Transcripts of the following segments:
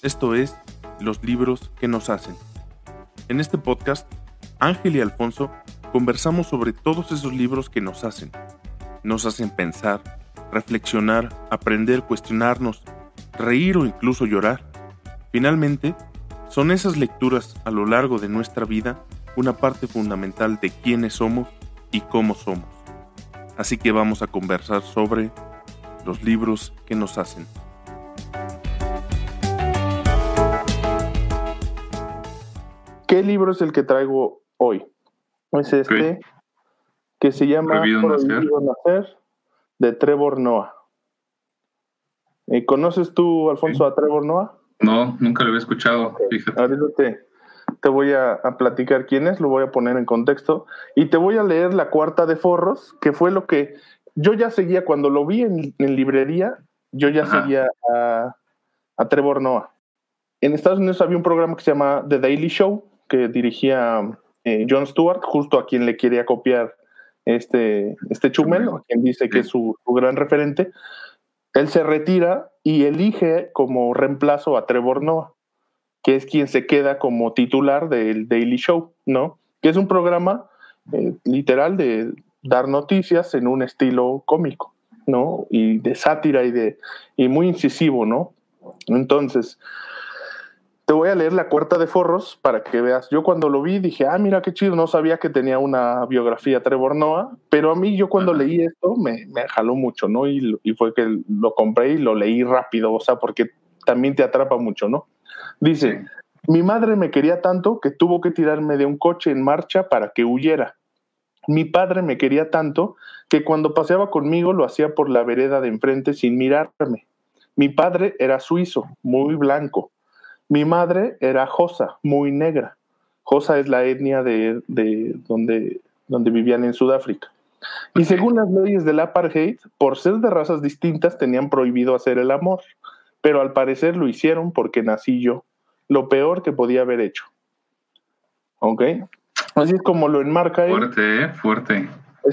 Esto es Los libros que nos hacen. En este podcast, Ángel y Alfonso conversamos sobre todos esos libros que nos hacen. Nos hacen pensar, reflexionar, aprender, cuestionarnos, reír o incluso llorar. Finalmente, son esas lecturas a lo largo de nuestra vida una parte fundamental de quiénes somos y cómo somos. Así que vamos a conversar sobre los libros que nos hacen. ¿Qué libro es el que traigo hoy? Es este, que se llama Prohibido Nacer, de Trevor Noah. ¿Conoces tú, Alfonso, a Trevor Noah? No, nunca lo había escuchado, fíjate. Ahorita te voy a platicar quién es, lo voy a poner en contexto, y te voy a leer La Cuarta de Forros, que fue lo que yo ya seguía cuando lo vi en librería, yo ya seguía a Trevor Noah. En Estados Unidos había un programa que se llama The Daily Show, que dirigía Jon Stewart, justo a quien le quería copiar este Chumel, a quien dice que es su gran referente. Él se retira y elige como reemplazo a Trevor Noah, que es quien se queda como titular del Daily Show, ¿no? Que es un programa literal de dar noticias en un estilo cómico, ¿no? Y de sátira y muy incisivo, ¿no? Entonces, te voy a leer La Cuarta de Forros para que veas. Yo cuando lo vi dije, mira qué chido, no sabía que tenía una biografía Trevor Noah, pero a mí yo cuando leí esto me jaló mucho, ¿no? Y fue que lo compré y lo leí rápido, o sea, porque también te atrapa mucho, ¿no? Dice, mi madre me quería tanto que tuvo que tirarme de un coche en marcha para que huyera. Mi padre me quería tanto que cuando paseaba conmigo lo hacía por la vereda de enfrente sin mirarme. Mi padre era suizo, muy blanco. Mi madre era Xhosa, muy negra. Xhosa es la etnia de donde vivían en Sudáfrica. Y según las leyes del apartheid, por ser de razas distintas tenían prohibido hacer el amor, pero al parecer lo hicieron porque nací yo, lo peor que podía haber hecho. ¿Ok? Así es como lo enmarca él. Fuerte.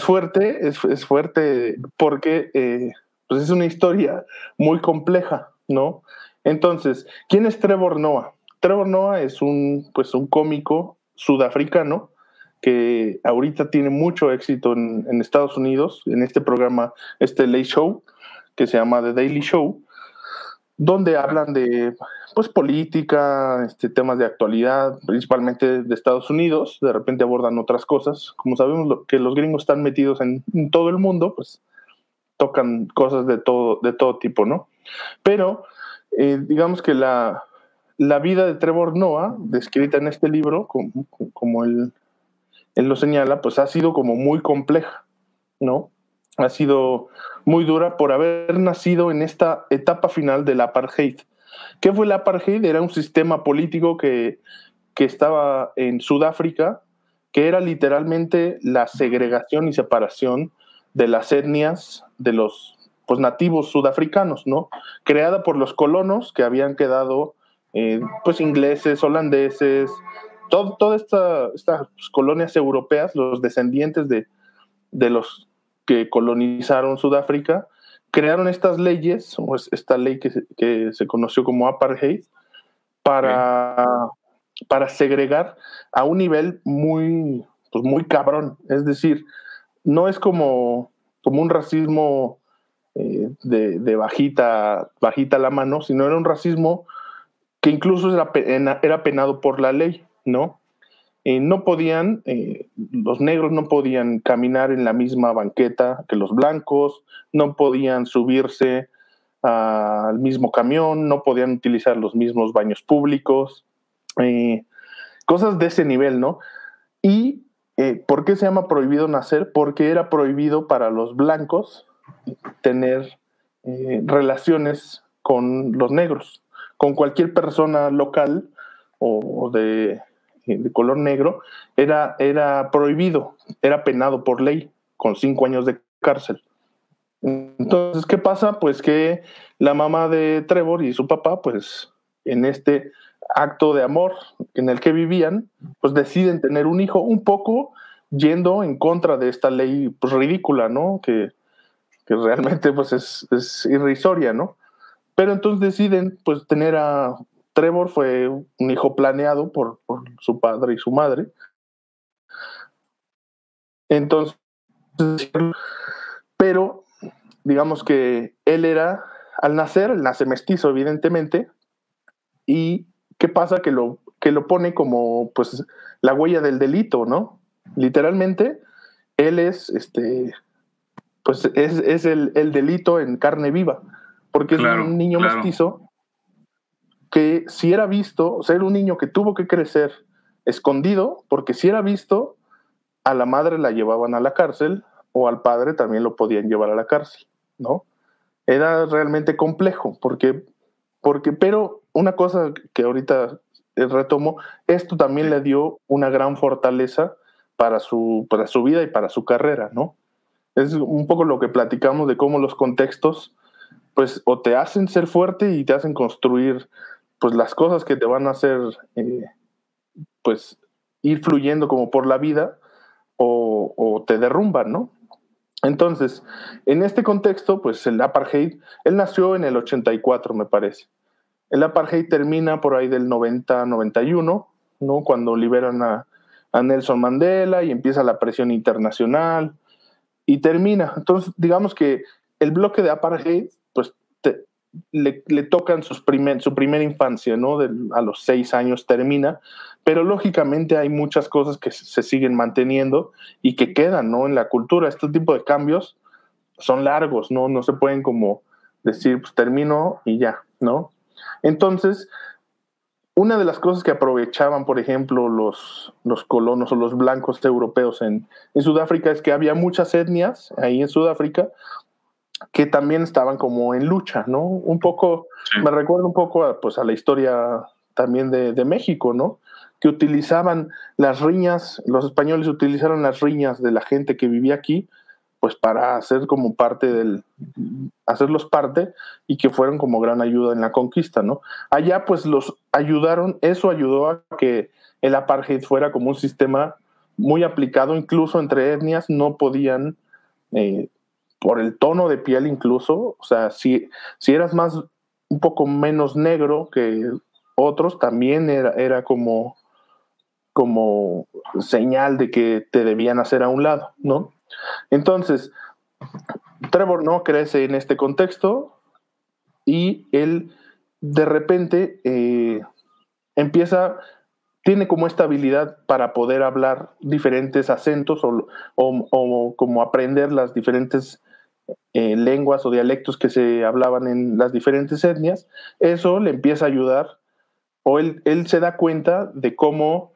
Es fuerte porque pues es una historia muy compleja, ¿no? Entonces, ¿quién es Trevor Noah? Trevor Noah es un cómico sudafricano que ahorita tiene mucho éxito en Estados Unidos, en este programa, Late Show, que se llama The Daily Show, donde hablan de política, temas de actualidad, principalmente de Estados Unidos. De repente abordan otras cosas. Como sabemos que los gringos están metidos en todo el mundo, pues tocan cosas de todo tipo, ¿no? Pero digamos que la vida de Trevor Noah, descrita en este libro, como él lo señala, pues ha sido como muy compleja, ¿no? Ha sido muy dura por haber nacido en esta etapa final del apartheid. ¿Qué fue el apartheid? Era un sistema político que estaba en Sudáfrica, que era literalmente la segregación y separación de las etnias de los nativos sudafricanos, ¿no? Creada por los colonos que habían quedado ingleses, holandeses, todas estas colonias europeas, los descendientes de los que colonizaron Sudáfrica, crearon estas leyes, o esta ley que se conoció como apartheid, para segregar a un nivel muy cabrón. Es decir, no es como un racismo de bajita la mano, sino era un racismo que incluso era penado por la ley, ¿no? No podían, los negros no podían caminar en la misma banqueta que los blancos, no podían subirse al mismo camión, no podían utilizar los mismos baños públicos, cosas de ese nivel, ¿no? ¿Y por qué se llama Prohibido Nacer? Porque era prohibido para los blancos tener relaciones con los negros, con cualquier persona local o de color negro, era prohibido, era penado por ley, con 5 años de cárcel. Entonces, ¿qué pasa? Pues que la mamá de Trevor y su papá, pues en este acto de amor en el que vivían, pues deciden tener un hijo, un poco yendo en contra de esta ley pues ridícula, ¿no? Que realmente pues es irrisoria, ¿no? Pero entonces deciden pues tener a Trevor fue un hijo planeado por su padre y su madre. Entonces, pero digamos que él al nacer, él nace mestizo, evidentemente, y ¿qué pasa? Que lo pone como, pues, la huella del delito, ¿no? Literalmente, él es, pues, es el delito en carne viva, porque claro, es un niño mestizo que si era visto, o sea, era un niño que tuvo que crecer escondido, porque si era visto, a la madre la llevaban a la cárcel, o al padre también lo podían llevar a la cárcel, ¿no? Era realmente complejo, pero una cosa que ahorita retomo, esto también le dio una gran fortaleza para su vida y para su carrera, ¿no? Es un poco lo que platicamos de cómo los contextos, pues, o te hacen ser fuerte y te hacen construir, pues, las cosas que te van a hacer, pues, ir fluyendo como por la vida, o te derrumban, ¿no? Entonces, en este contexto, pues el apartheid, él nació en el 84, me parece. El apartheid termina por ahí del 90-91, ¿no? Cuando liberan a Nelson Mandela y empieza la presión internacional y termina. Entonces, digamos que el bloque de apartheid, pues le tocan su primera infancia, ¿no? A los 6 años termina, pero lógicamente hay muchas cosas que se siguen manteniendo y que quedan, ¿no? En la cultura. Este tipo de cambios son largos, ¿no? No se pueden como decir, pues termino y ya, ¿no? Entonces, una de las cosas que aprovechaban, por ejemplo, los colonos o los blancos europeos en Sudáfrica es que había muchas etnias ahí en Sudáfrica que también estaban como en lucha, ¿no? Un poco, sí. Me recuerda un poco a la historia también de México, ¿no? Que utilizaban las riñas, los españoles utilizaron las riñas de la gente que vivía aquí, pues para hacer como hacerlos parte y que fueron como gran ayuda en la conquista, ¿no? Allá pues los ayudaron, eso ayudó a que el apartheid fuera como un sistema muy aplicado, incluso entre etnias no podían, por el tono de piel incluso, o sea, si eras un poco menos negro que otros, también era como señal de que te debían hacer a un lado, ¿no? Entonces, Trevor no crece en este contexto y él de repente tiene como esta habilidad para poder hablar diferentes acentos o como aprender las diferentes lenguas o dialectos que se hablaban en las diferentes etnias. Eso le empieza a ayudar, o él se da cuenta de cómo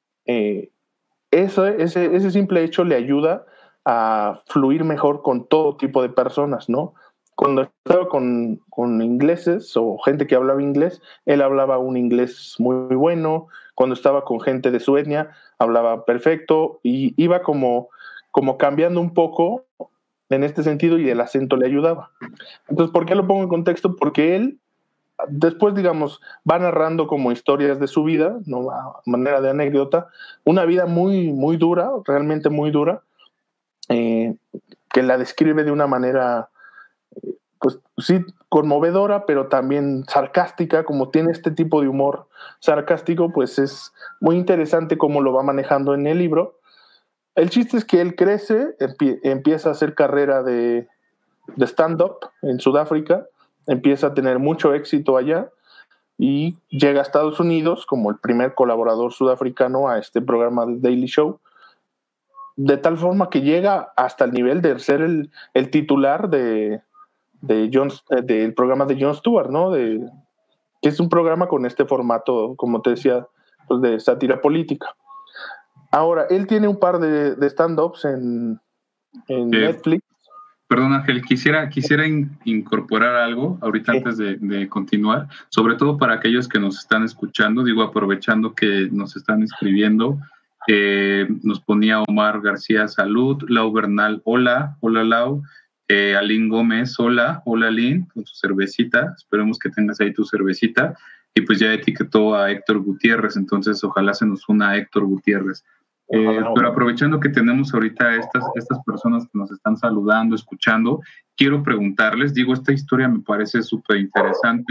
ese simple hecho le ayuda a fluir mejor con todo tipo de personas, ¿no? Cuando estaba con ingleses o gente que hablaba inglés, él hablaba un inglés muy bueno. Cuando estaba con gente de su etnia, hablaba perfecto y iba como cambiando un poco en este sentido y el acento le ayudaba. Entonces, ¿por qué lo pongo en contexto? Porque él después, digamos, va narrando como historias de su vida, ¿no? A manera de anécdota, una vida muy, muy dura, realmente muy dura, que la describe de una manera, pues sí, conmovedora, pero también sarcástica. Como tiene este tipo de humor sarcástico, pues es muy interesante cómo lo va manejando en el libro. El chiste es que él crece, empieza a hacer carrera de stand-up en Sudáfrica, empieza a tener mucho éxito allá y llega a Estados Unidos como el primer colaborador sudafricano a este programa de Daily Show, de tal forma que llega hasta el nivel de ser el titular del programa de Jon Stewart, ¿no? Que es un programa con este formato, como te decía, pues de sátira política. Ahora, él tiene un par de stand-ups en Netflix. Perdón, Ángel, quisiera incorporar algo ahorita, sí, antes de continuar, sobre todo para aquellos que nos están escuchando, digo, aprovechando que nos están escribiendo, nos ponía Omar García, salud, Lau Bernal, hola Lau, Aline Gómez, hola Aline, con tu cervecita, esperemos que tengas ahí tu cervecita, y pues ya etiquetó a Héctor Gutiérrez, entonces ojalá se nos una a Héctor Gutiérrez. Pero aprovechando que tenemos ahorita estas personas que nos están saludando, escuchando, quiero preguntarles, digo, esta historia me parece súper interesante,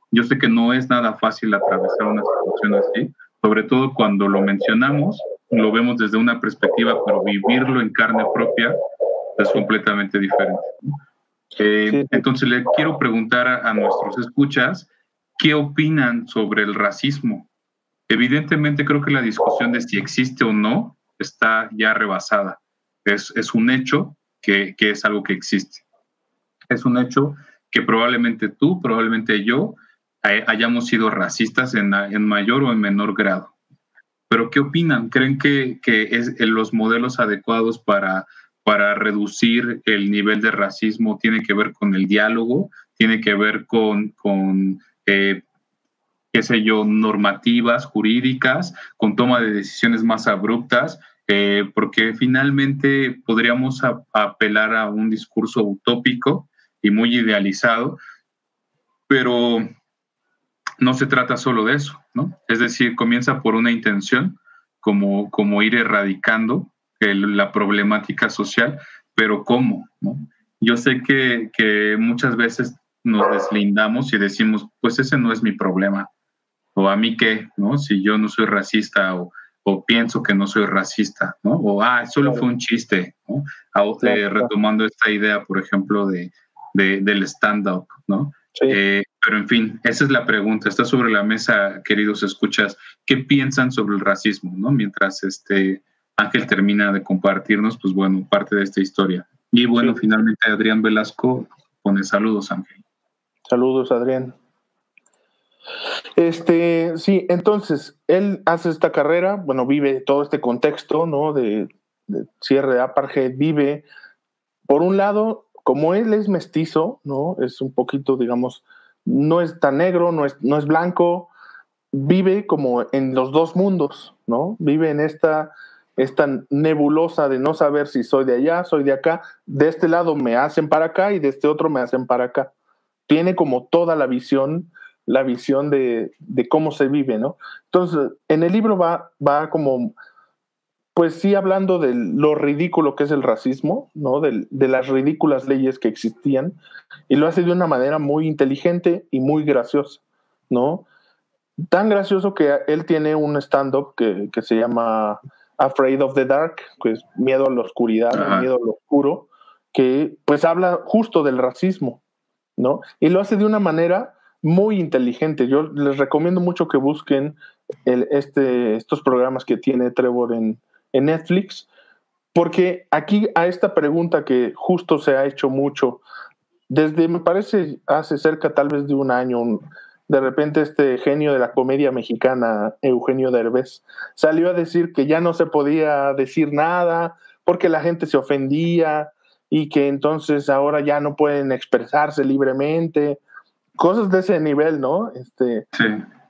Yo sé que no es nada fácil atravesar una situación así, sobre todo cuando lo mencionamos, lo vemos desde una perspectiva, pero vivirlo en carne propia es completamente diferente. Entonces le quiero preguntar a nuestros escuchas, ¿qué opinan sobre el racismo? Evidentemente creo que la discusión de si existe o no está ya rebasada. Es un hecho que es algo que existe. Es un hecho que probablemente tú, probablemente yo, hayamos sido racistas en mayor o en menor grado. Pero ¿qué opinan? ¿Creen que es los modelos adecuados para reducir el nivel de racismo tiene que ver con el diálogo, tiene que ver con qué sé yo, normativas jurídicas, con toma de decisiones más abruptas, porque finalmente podríamos apelar a un discurso utópico y muy idealizado, pero no se trata solo de eso, ¿no? Es decir, comienza por una intención, como ir erradicando la problemática social, pero ¿cómo? ¿No? Yo sé que muchas veces nos deslindamos y decimos, pues ese no es mi problema, o a mí qué, ¿no? Si yo no soy racista o pienso que no soy racista, ¿no? O, solo fue un chiste, ¿no? Retomando esta idea, por ejemplo, del stand-up, ¿no? Sí. Pero en fin, esa es la pregunta. Está sobre la mesa, queridos escuchas. ¿Qué piensan sobre el racismo, ¿no? Mientras Ángel termina de compartirnos, pues bueno, parte de esta historia. Y bueno, sí. Finalmente Adrián Velasco pone saludos, Ángel. Saludos, Adrián. Sí, entonces, él hace esta carrera, bueno, vive todo este contexto, ¿no? De cierre de apartheid, vive, por un lado, como él es mestizo, ¿no? Es un poquito, digamos, no es tan negro, no es blanco, vive como en los dos mundos, ¿no? Vive en esta nebulosa de no saber si soy de allá, soy de acá, de este lado me hacen para acá y de este otro me hacen para acá. Tiene como toda la visión de cómo se vive, ¿no? Entonces, en el libro va como, pues sí, hablando de lo ridículo que es el racismo, ¿no? De las ridículas leyes que existían, y lo hace de una manera muy inteligente y muy graciosa, ¿no? Tan gracioso que él tiene un stand-up que se llama Afraid of the Dark, que es miedo a la oscuridad, miedo a lo oscuro, que pues habla justo del racismo, ¿no? Y lo hace de una manera muy inteligente. Yo les recomiendo mucho que busquen estos programas que tiene Trevor en Netflix, porque aquí a esta pregunta que justo se ha hecho mucho, desde, me parece, hace cerca tal vez de un año, de repente este genio de la comedia mexicana, Eugenio Derbez, salió a decir que ya no se podía decir nada porque la gente se ofendía y que entonces ahora ya no pueden expresarse libremente, cosas de ese nivel, ¿no? Sí.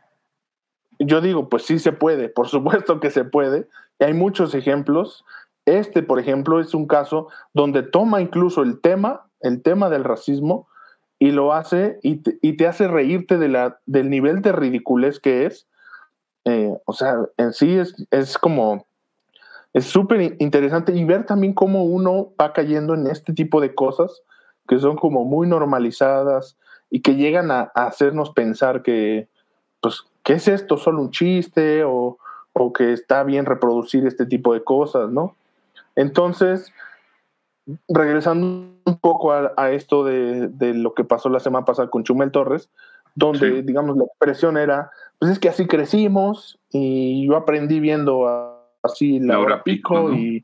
Yo digo, pues sí se puede, por supuesto que se puede, y hay muchos ejemplos. Por ejemplo, es un caso donde toma incluso el tema del racismo, y lo hace y te hace reírte del nivel de ridiculez que es. O sea, en sí es como, es súper interesante, y ver también cómo uno va cayendo en este tipo de cosas que son como muy normalizadas y que llegan a hacernos pensar que, pues, ¿qué es esto? ¿Solo un chiste? O que está bien reproducir este tipo de cosas, ¿no? Entonces, regresando un poco a esto de lo que pasó la semana pasada con Chumel Torres, donde, sí, digamos, la expresión era, pues es que así crecimos y yo aprendí viendo así Laura Pico, ¿no? y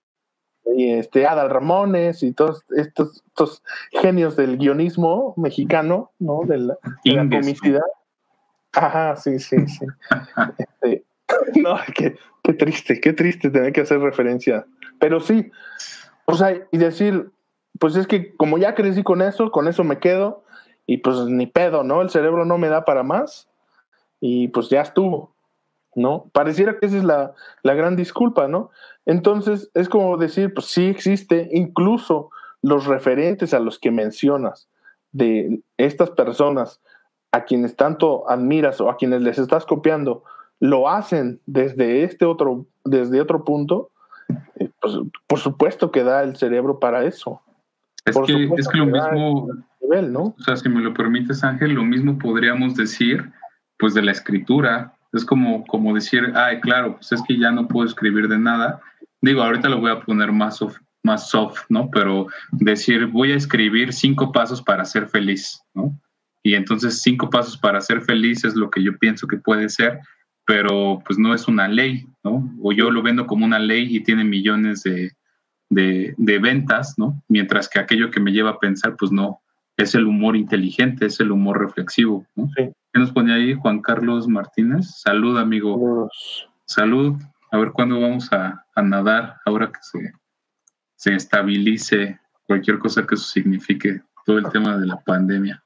Adal Ramones y todos estos genios del guionismo mexicano, ¿no? De la comicidad. Ajá, sí. No, qué triste tener que hacer referencia. Pero sí, o sea, y decir, pues es que como ya crecí con eso me quedo, y pues ni pedo, ¿no? El cerebro no me da para más, y pues ya estuvo, ¿no? Pareciera que esa es la gran disculpa, ¿no? Entonces, es como decir, pues sí existe, incluso los referentes a los que mencionas, de estas personas a quienes tanto admiras o a quienes les estás copiando, lo hacen desde otro punto, pues por supuesto que da el cerebro para eso. Es que lo mismo, nivel, ¿no? O sea, si me lo permites, Ángel, lo mismo podríamos decir, pues, de la escritura. Es como decir, ay, claro, pues es que ya no puedo escribir de nada. Digo, ahorita lo voy a poner más soft, ¿no? Pero decir, voy a escribir 5 pasos para ser feliz, ¿no? Y entonces 5 pasos para ser feliz es lo que yo pienso que puede ser, pero pues no es una ley, ¿no? O yo lo vendo como una ley y tiene millones de ventas, ¿no? Mientras que aquello que me lleva a pensar, pues no, es el humor inteligente, es el humor reflexivo, ¿no? Sí. ¿Qué nos pone ahí Juan Carlos Martínez? Salud, amigo. Salud. A ver cuándo vamos a nadar, ahora que se estabilice cualquier cosa que eso signifique, todo el tema de la pandemia.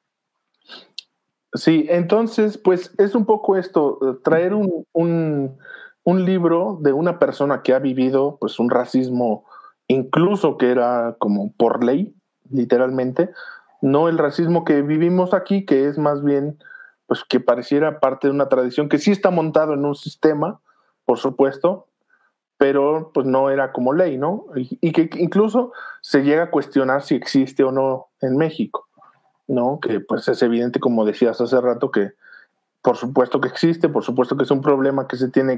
Sí, entonces, pues es un poco esto, traer un libro de una persona que ha vivido pues un racismo incluso que era como por ley, literalmente, no el racismo que vivimos aquí, que es más bien pues que pareciera parte de una tradición que sí está montado en un sistema, por supuesto, pero pues no era como ley, ¿no? Y que incluso se llega a cuestionar si existe o no en México, ¿no? Que pues es evidente, como decías hace rato, que por supuesto que existe, por supuesto que es un problema que se tiene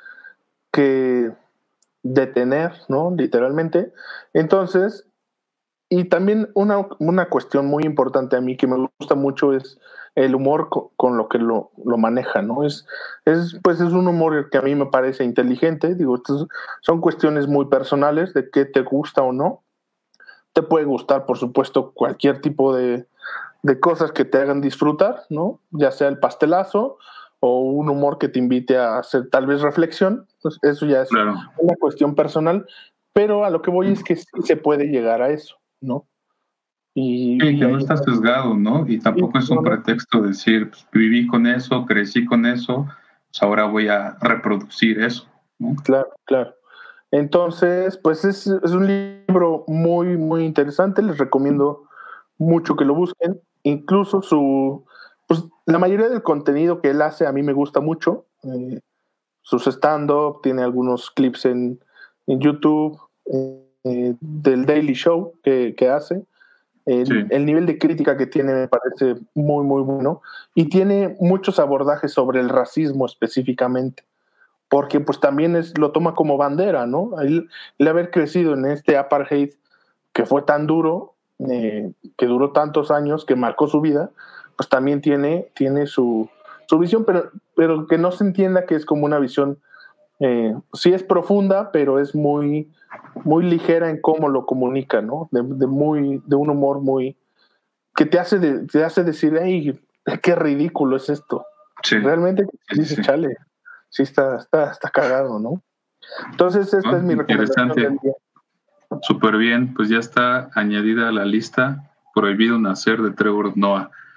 que detener, ¿no? Literalmente. Entonces, y también una cuestión muy importante a mí que me gusta mucho es el humor con lo que lo maneja, ¿no? Pues es un humor que a mí me parece inteligente, digo, estos son cuestiones muy personales de qué te gusta o no. Te puede gustar, por supuesto, cualquier tipo de cosas que te hagan disfrutar, ¿no? Ya sea el pastelazo o un humor que te invite a hacer tal vez reflexión, pues eso ya es una cuestión personal, pero a lo que voy es que sí se puede llegar a eso, ¿no? Sí, que no está sesgado, ¿no? Y tampoco es un pretexto decir, pues, viví con eso, crecí con eso, pues ahora voy a reproducir eso, ¿no? Claro, claro. Entonces, pues es un libro muy, muy interesante, les recomiendo mucho que lo busquen, incluso pues la mayoría del contenido que él hace a mí me gusta mucho, sus stand-up, tiene algunos clips en YouTube, del Daily Show que hace, el nivel de crítica que tiene me parece muy, muy bueno, y tiene muchos abordajes sobre el racismo específicamente, porque pues también lo toma como bandera, ¿no? El haber crecido en este apartheid que fue tan duro, que duró tantos años, que marcó su vida, pues también tiene su visión, pero que no se entienda que es como una visión, sí es profunda, pero es muy, muy ligera en cómo lo comunica, ¿no? De un humor muy, que te hace decir, hey, qué ridículo es esto. Sí. Realmente dices, chale, sí está cagado, ¿no? Entonces, esta es mi recomendación del día. Súper bien, pues ya está añadida a la lista Prohibido Nacer de Trevor Noah.